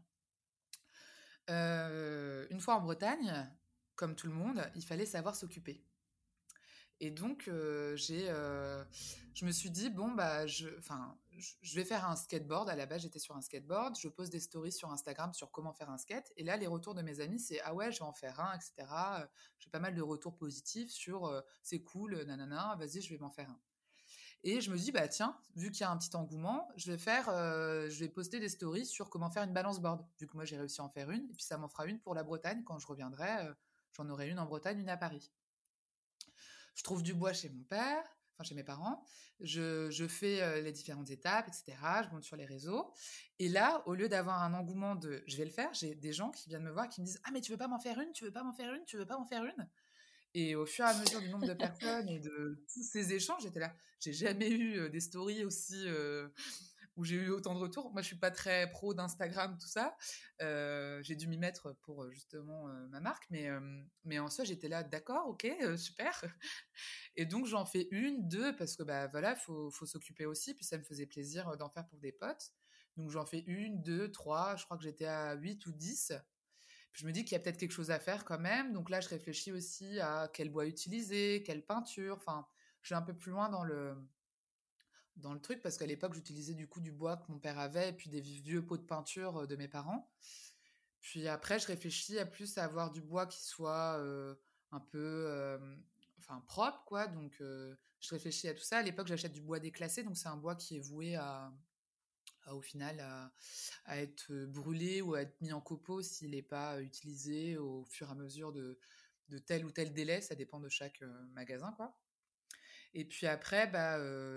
Une fois en Bretagne, comme tout le monde, il fallait savoir s'occuper. Et donc, je me suis dit, bon, bah, je vais faire un skateboard. À la base, j'étais sur un skateboard. Je pose des stories sur Instagram sur comment faire un skate. Et là, les retours de mes amis, c'est, ah ouais, je vais en faire un, etc. J'ai pas mal de retours positifs sur, c'est cool, nanana, vas-y, je vais m'en faire un. Et je me dis, bah tiens, vu qu'il y a un petit engouement, je vais poster des stories sur comment faire une balance board. Vu que moi, j'ai réussi à en faire une. Et puis, ça m'en fera une pour la Bretagne. Quand je reviendrai, j'en aurai une en Bretagne, une à Paris. Je trouve du bois chez mon père, enfin chez mes parents. Je fais les différentes étapes, etc. Je monte sur les réseaux. Et là, au lieu d'avoir un engouement de je vais le faire, j'ai des gens qui viennent me voir qui me disent ah mais tu veux pas m'en faire une, tu veux pas m'en faire une, tu veux pas m'en faire une. Et au fur et à mesure du nombre de personnes et de tous ces échanges, j'étais là. J'ai jamais eu des stories aussi où j'ai eu autant de retours. Moi, je suis pas très pro d'Instagram, tout ça. J'ai dû m'y mettre pour justement ma marque, mais en soi, j'étais là, d'accord, ok, super. Et donc, j'en fais une, deux, parce que bah voilà, faut s'occuper aussi. Puis ça me faisait plaisir d'en faire pour des potes. Donc, j'en fais une, deux, trois. Je crois que j'étais à 8 ou 10. Puis je me dis qu'il y a peut-être quelque chose à faire quand même. Donc là, je réfléchis aussi à quel bois utiliser, quelle peinture. Enfin, je suis un peu plus loin dans le truc parce qu'à l'époque, j'utilisais du coup du bois que mon père avait et puis des vieux pots de peinture de mes parents. Puis après, je réfléchis à plus à avoir du bois qui soit un peu enfin propre, quoi. Donc, je réfléchis à tout ça. À l'époque, j'achète du bois déclassé, donc c'est un bois qui est voué au final à être brûlé ou à être mis en copeaux s'il n'est pas utilisé au fur et à mesure de tel ou tel délai. Ça dépend de chaque magasin, quoi. Et puis après, bah,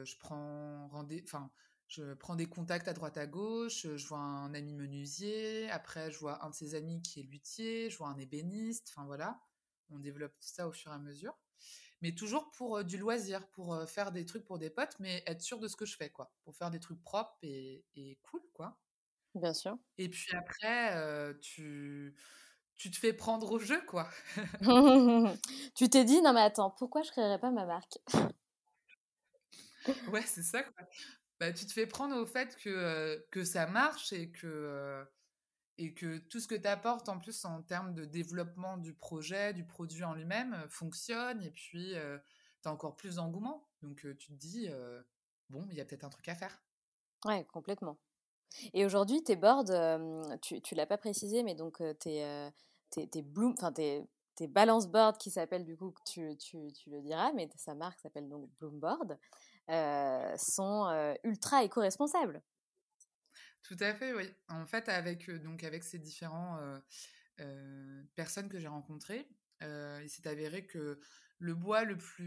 je prends des contacts à droite à gauche, je vois un ami menuisier, après je vois un de ses amis qui est luthier, je vois un ébéniste, enfin voilà. On développe tout ça au fur et à mesure. Mais toujours pour du loisir, pour faire des trucs pour des potes, mais être sûr de ce que je fais, quoi. Pour faire des trucs propres et cool, quoi. Bien sûr. Et puis après, tu te fais prendre au jeu, quoi. Tu t'es dit, non mais attends, pourquoi je créerais pas ma marque? Ouais, c'est ça, quoi. Bah, tu te fais prendre au fait que ça marche et que tout ce que tu apportes en plus en termes de développement du projet, du produit en lui-même, fonctionne et puis tu as encore plus d'engouement. Donc tu te dis, bon, il y a peut-être un truc à faire. Ouais, complètement. Et aujourd'hui, tes boards, tu l'as pas précisé, mais donc tes bloom, enfin tes balance boards qui s'appellent du coup, tu le diras, mais sa marque s'appelle donc Bloomboard, sont ultra éco-responsables. Tout à fait, oui. En fait, avec ces différents personnes que j'ai rencontrées, il s'est avéré que le bois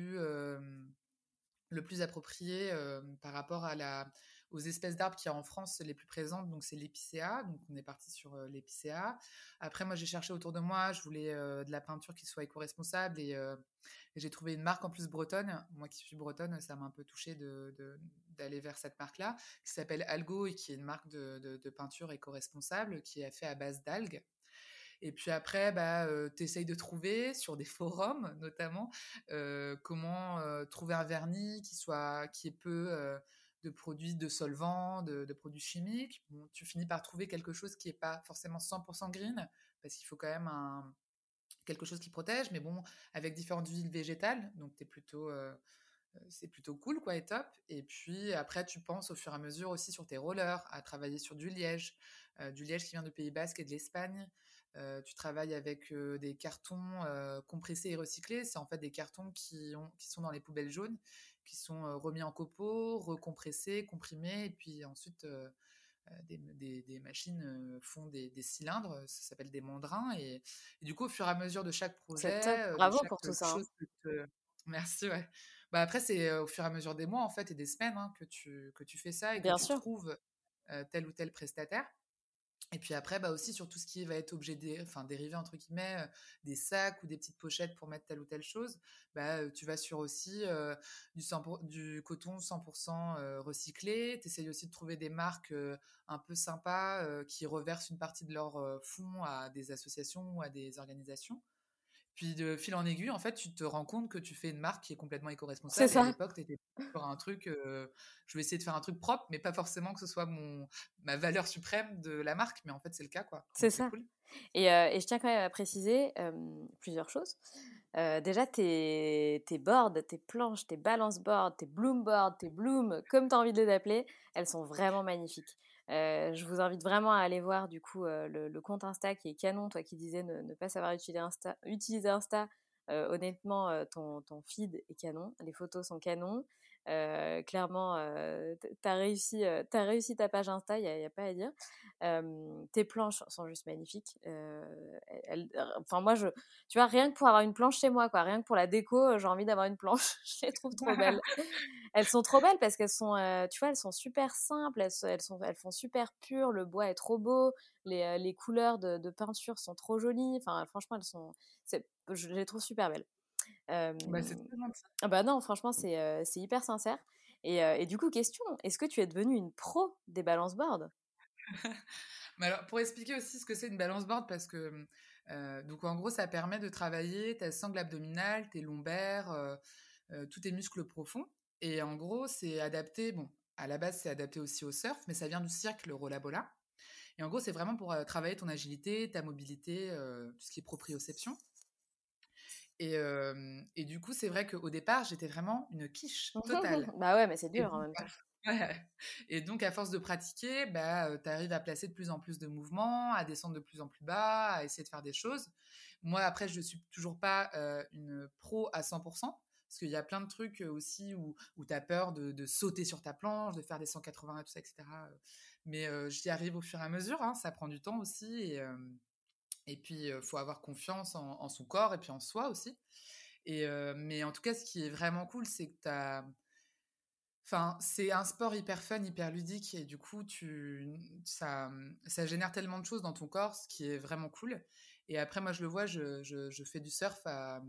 le plus approprié par rapport aux espèces d'arbres qu'il y a en France les plus présentes, donc c'est l'épicéa, donc on est parti sur l'épicéa. Après, moi j'ai cherché autour de moi, je voulais de la peinture qui soit éco-responsable et j'ai trouvé une marque en plus bretonne. Moi qui suis bretonne, ça m'a un peu touchée d'aller vers cette marque-là, qui s'appelle Algo et qui est une marque de peinture éco-responsable qui est faite à base d'algues. Et puis après, bah, tu essayes de trouver sur des forums notamment comment trouver un vernis qui ait peu de produits de solvants, de produits chimiques. Bon, tu finis par trouver quelque chose qui n'est pas forcément 100% green parce qu'il faut quand même quelque chose qui protège, mais bon, avec différentes huiles végétales, donc c'est plutôt cool quoi et top. Et puis après, tu penses au fur et à mesure aussi sur tes rollers, à travailler sur du liège qui vient du Pays Basque et de l'Espagne. Tu travailles avec des cartons compressés et recyclés. C'est en fait des cartons qui sont dans les poubelles jaunes, qui sont remis en copeaux, recompressés, comprimés, et puis ensuite des machines font des cylindres, ça s'appelle des mandrins. Et du coup, au fur et à mesure de chaque C'est top. projet, de Bravo chaque pour tout ça, hein. chose Merci, ouais. Bah après, c'est au fur et à mesure des mois, en fait, et des semaines que tu fais ça et que Bien tu sûr. trouves tel ou tel prestataire. Et puis après, bah aussi sur tout ce qui va être enfin, dérivé entre guillemets, des sacs ou des petites pochettes pour mettre telle ou telle chose, bah, tu vas sur aussi du coton 100% recyclé. Tu essayes aussi de trouver des marques un peu sympas qui reversent une partie de leur fonds à des associations ou à des organisations. Puis de fil en aiguille, en fait, tu te rends compte que tu fais une marque qui est complètement C'est éco-responsable. Et à ça. l'époque, tu étais sur un truc, je vais essayer de faire un truc propre, mais pas forcément que ce soit ma valeur suprême de la marque. Mais en fait, c'est le cas, quoi. C'est Donc c'est ça. cool. Et je tiens quand même à préciser plusieurs choses. Déjà, tes boards, tes planches, tes balance boards, tes bloom boards, tes bloom, comme tu as envie de les appeler, elles sont vraiment magnifiques. Je vous invite vraiment à aller voir du coup le compte Insta qui est canon. Toi qui disais ne pas savoir utiliser Insta, honnêtement, ton feed est canon. Les photos sont canon. Clairement, t'as réussi ta page Insta, y a pas à dire. Tes planches sont juste magnifiques. Enfin, moi, tu vois, rien que pour avoir une planche chez moi, quoi, rien que pour la déco, j'ai envie d'avoir une planche. Je les trouve trop belles. Elles sont trop belles parce qu'elles sont, tu vois, elles sont super simples, elles font super pures, le bois est trop beau, les couleurs de peinture sont trop jolies. Enfin, franchement, je les trouve super belles. Bah, c'est très gentil. Ah bah non, franchement, c'est hyper sincère. Et du coup, question, est-ce que tu es devenue une pro des balance boards? Mais alors, pour expliquer aussi ce que c'est une balance board, parce que donc en gros, ça permet de travailler ta sangle abdominale, tes lombaires, tous tes muscles profonds. Et en gros, c'est adapté, bon, à la base, c'est adapté aussi au surf, mais ça vient du cirque, le rolla bola. Et en gros, c'est vraiment pour travailler ton agilité, ta mobilité, tout ce qui est proprioception. Et du coup, c'est vrai qu'au départ, j'étais vraiment une quiche totale. Bah ouais, mais c'est Et dur en donc, même temps. ouais. Et donc, à force de pratiquer, bah, tu arrives à placer de plus en plus de mouvements, à descendre de plus en plus bas, à essayer de faire des choses. Moi, après, je ne suis toujours pas une pro à 100%, parce qu'il y a plein de trucs aussi où tu as peur de sauter sur ta planche, de faire des 180 et tout ça, etc. Mais j'y arrive au fur et à mesure, hein, ça prend du temps aussi. Et puis, il faut avoir confiance en son corps et puis en soi aussi. Mais en tout cas, ce qui est vraiment cool, c'est que tu as... Enfin, c'est un sport hyper fun, hyper ludique, et du coup, ça génère tellement de choses dans ton corps, ce qui est vraiment cool. Et après, moi, je le vois, je fais du surf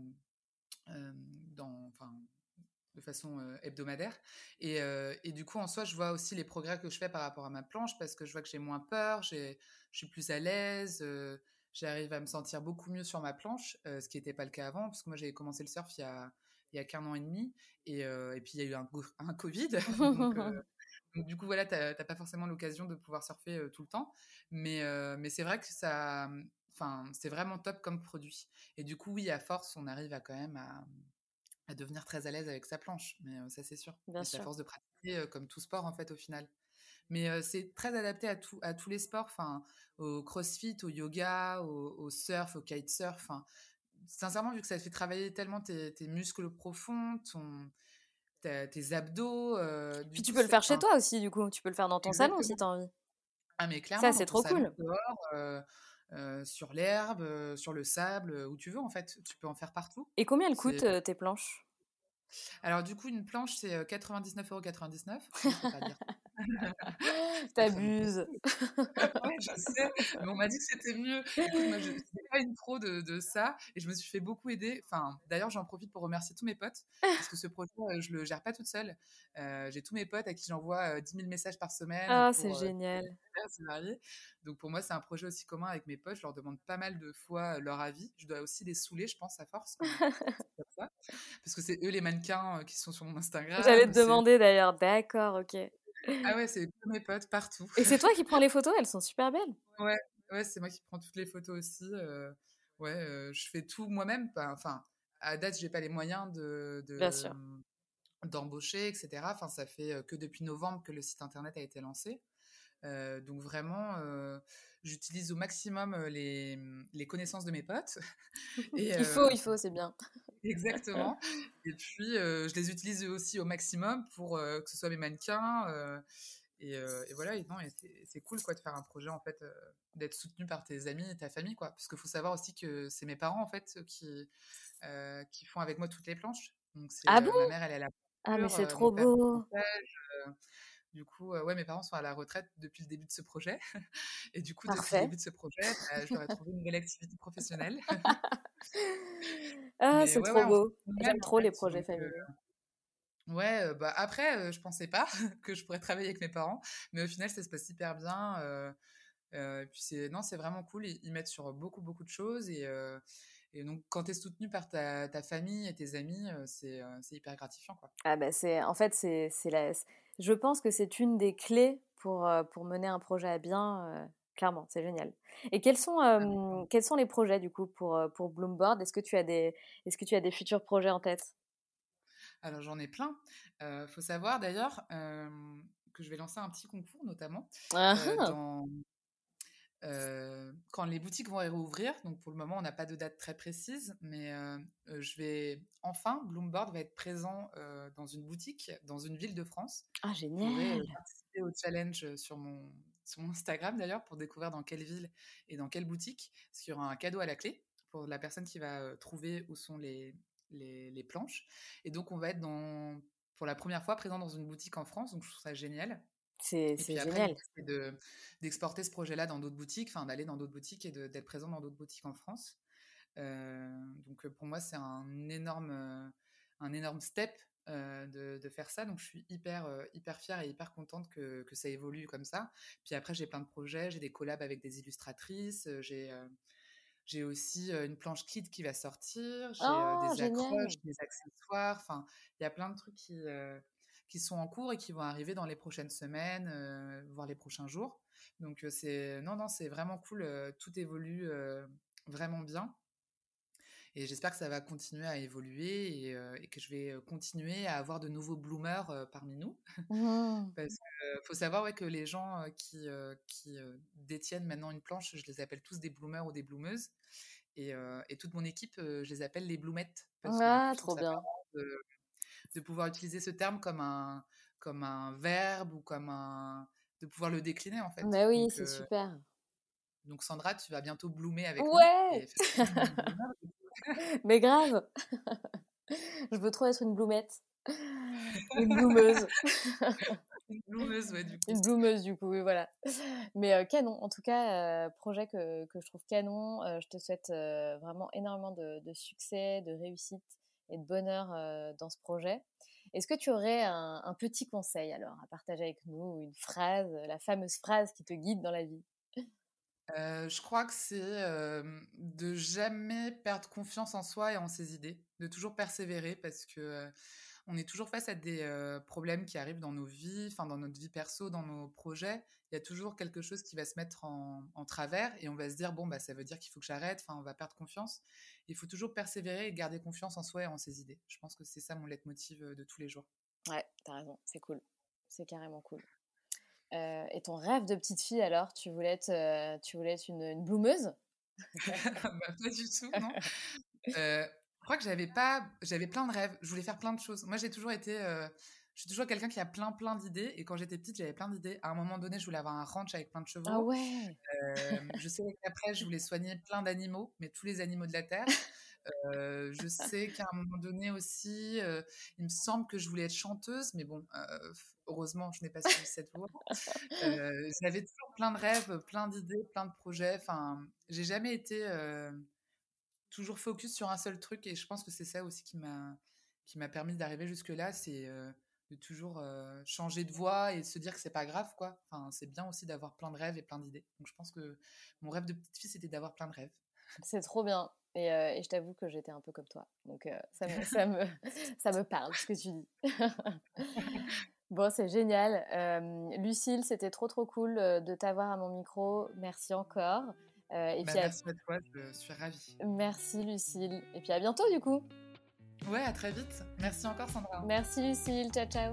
enfin, de façon hebdomadaire. Et du coup, en soi, je vois aussi les progrès que je fais par rapport à ma planche, parce que je vois que j'ai moins peur, je suis plus à l'aise, j'arrive à me sentir beaucoup mieux sur ma planche, ce qui n'était pas le cas avant, parce que moi, j'avais commencé le surf il y a qu'un an et demi, et puis il y a eu un Covid, donc du coup, voilà, t'as pas forcément l'occasion de pouvoir surfer tout le temps, mais c'est vrai que enfin, c'est vraiment top comme produit. Et du coup, oui, à force, on arrive à quand même à devenir très à l'aise avec sa planche, mais ça c'est sûr. Bien Et c'est à sûr. force de pratiquer comme tout sport en fait au final. Mais c'est très adapté à tous les sports, enfin au crossfit, au yoga, au surf, au kitesurf. Enfin, sincèrement, vu que ça te fait travailler tellement tes muscles profonds, tes abdos, Puis du tu coup, peux le faire chez enfin, toi aussi, du coup. Tu peux le faire dans ton salon si exactement. t'as envie. Ah mais Ça, clairement, dans c'est ton trop salon, cool. dehors, sur l'herbe, sur le sable, où tu veux en fait, tu peux en faire partout. Et combien elles C'est coûtent tes planches? Alors du coup, une planche, c'est 99,99 €. Oui, faut pas dire ça. Parce que ça vaut T'abuses. beaucoup. Ouais, je sais, mais on m'a dit que c'était mieux. Écoute, moi, je n'étais pas une pro de ça, et je me suis fait beaucoup aider. Enfin, d'ailleurs, j'en profite pour remercier tous mes potes, parce que ce projet, je le gère pas toute seule. J'ai tous mes potes à qui j'envoie 10 000 messages par semaine Ah, c'est pour génial. divers et variés. Donc pour moi, c'est un projet aussi commun avec mes potes. Je leur demande pas mal de fois leur avis. Je dois aussi les saouler, je pense, à force, mais c'est comme ça. Parce que c'est eux les mannequins qui sont sur mon J'allais Instagram. te demander d'ailleurs. D'accord, ok. Ah ouais, c'est tous mes potes partout. Et c'est toi qui prends les photos? Elles sont super belles. Ouais, ouais, c'est moi qui prends toutes les photos aussi. Ouais, je fais tout moi-même. Enfin, à date, j'ai pas les moyens Bien sûr. d'embaucher, etc. Enfin, ça fait que depuis novembre que le site internet a été lancé. Donc vraiment, j'utilise au maximum les connaissances de mes potes. Et Il faut, c'est bien. exactement. Et puis, je les utilise eux aussi au maximum pour que ce soit mes mannequins. Et voilà, et non, et c'est cool quoi de faire un projet en fait, d'être soutenu par tes amis et ta famille quoi. Parce qu'il faut savoir aussi que c'est mes parents en fait qui font avec moi toutes les planches. Donc c'est Ah bon? ma mère, elle est à la Ah, mais peinture, c'est mon trop père au beau. montage. Du coup, ouais, mes parents sont à la retraite depuis le début de ce projet. Et du coup, depuis le Parfait. début de ce projet, bah, je leur ai trouvé une nouvelle activité professionnelle. Ah, Mais c'est ouais, trop ouais, on fait beau. tout nous-mêmes J'aime en trop les fait. projets Donc, familiaux. ouais, bah, après, je pensais pas que je pourrais travailler avec mes parents, mais au final, ça se passe hyper bien. Et puis non, c'est vraiment cool. Ils mettent sur beaucoup, beaucoup de choses. Et donc, quand tu es soutenu par ta famille et tes amis, c'est hyper gratifiant, quoi. Ah bah en fait, je pense que c'est une des clés pour mener un projet à bien. clairement, c'est génial. Et quels sont les projets du coup pour Bloomboard? Est-ce que tu as des futurs projets en tête? Alors j'en ai plein. Faut savoir d'ailleurs que je vais lancer un petit concours notamment Ah ah! dans quand les boutiques vont réouvrir. Donc pour le moment, on n'a pas de date très précise, mais Bloomboard va être présent dans une boutique, dans une ville de France. Ah Vous pourrez génial! participer au challenge sur mon Instagram d'ailleurs pour découvrir dans quelle ville et dans quelle boutique, parce qu'il y aura un cadeau à la clé pour la personne qui va trouver où sont les planches. Et donc on va être pour la première fois présent dans une boutique en France, donc je trouve ça génial. Et C'est puis après, génial. l'idée, c'est d'exporter ce projet-là dans d'autres boutiques, enfin d'aller dans d'autres boutiques et d'être présent dans d'autres boutiques en France. Donc pour moi, c'est un énorme step de faire ça. Donc je suis hyper fière et hyper contente que ça évolue comme ça. Puis après, j'ai plein de projets, j'ai des collabs avec des illustratrices, j'ai aussi une planche kit qui va sortir, j'ai Oh des accroches, génial! des accessoires, enfin, il y a plein de trucs qui sont en cours et qui vont arriver dans les prochaines semaines, voire les prochains jours. Donc non, c'est vraiment cool, tout évolue vraiment bien. Et j'espère que ça va continuer à évoluer et que je vais continuer à avoir de nouveaux bloomers parmi nous. Mmh. Parce qu'il faut savoir ouais, que les gens qui détiennent maintenant une planche, je les appelle tous des bloomers ou des bloomeuses. Et toute mon équipe, je les appelle les bloomettes. Parce que du coup, Ah je trouve trop ça bien. marrant de pouvoir utiliser ce terme comme un verbe ou de pouvoir le décliner en fait. Bah oui, c'est super. Donc Sandra, tu vas bientôt bloomer avec nous Ouais! et faire partie de nos bloomers. Mais grave! Je veux trop être une bloomette. Une bloomeuse. Une bloomeuse, ouais, du coup. Une bloomeuse du coup, oui voilà. Mais canon, en tout cas, projet que je trouve canon. Je te souhaite vraiment énormément de succès, de réussite et de bonheur dans ce projet. Est-ce que tu aurais un petit conseil alors à partager avec nous, ou une phrase, la fameuse phrase qui te guide dans la vie? Je crois que c'est de jamais perdre confiance en soi et en ses idées, de toujours persévérer parce que on est toujours face à des problèmes qui arrivent dans nos vies, enfin dans notre vie perso, dans nos projets. Il y a toujours quelque chose qui va se mettre en travers et on va se dire bon bah ça veut dire qu'il faut que j'arrête. Enfin on va perdre confiance. Il faut toujours persévérer et garder confiance en soi et en ses idées. Je pense que c'est ça mon leitmotiv de tous les jours. Ouais, t'as raison, c'est cool. C'est carrément cool. Et ton rêve de petite fille alors, tu voulais être une bloomeuse? Bah, pas du tout, non. Je crois que j'avais plein de rêves. Je voulais faire plein de choses. Moi, je suis toujours quelqu'un qui a plein d'idées. Et quand j'étais petite, j'avais plein d'idées. À un moment donné, je voulais avoir un ranch avec plein de Ah chevaux. ouais! Je sais qu'après, je voulais soigner plein d'animaux, mais tous les animaux de la terre. Je sais qu'à un moment donné aussi, il me semble que je voulais être chanteuse, mais bon, heureusement, je n'ai pas suivi cette voie. J'avais toujours plein de rêves, plein d'idées, plein de projets. Enfin, j'ai jamais été toujours focus sur un seul truc et je pense que c'est ça aussi qui m'a permis d'arriver jusque-là, c'est de toujours changer de voie et se dire que c'est pas grave, quoi. Enfin, c'est bien aussi d'avoir plein de rêves et plein d'idées. Donc je pense que mon rêve de petite fille, c'était d'avoir plein de rêves. C'est trop bien. Et je t'avoue que j'étais un peu comme toi. Donc ça me parle ce que tu dis. Bon, c'est génial. Lucille, c'était trop cool de t'avoir à mon micro. Merci encore. Et Bah, puis merci à toi, je suis ravie. merci Lucille. Et puis à bientôt du coup. Ouais, à très vite. Merci encore, Sandra. Merci Lucille. Ciao ciao.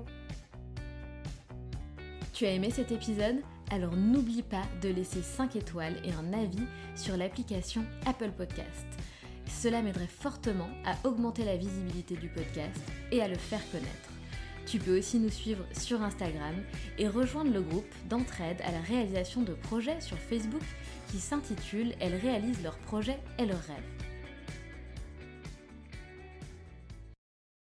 Tu as aimé cet épisode? Alors n'oublie pas de laisser 5 étoiles et un avis sur l'application Apple Podcast. Cela m'aiderait fortement à augmenter la visibilité du podcast et à le faire connaître. Tu peux aussi nous suivre sur Instagram et rejoindre le groupe d'entraide à la réalisation de projets sur Facebook qui s'intitule « Elles réalisent leurs projets et leurs rêves ».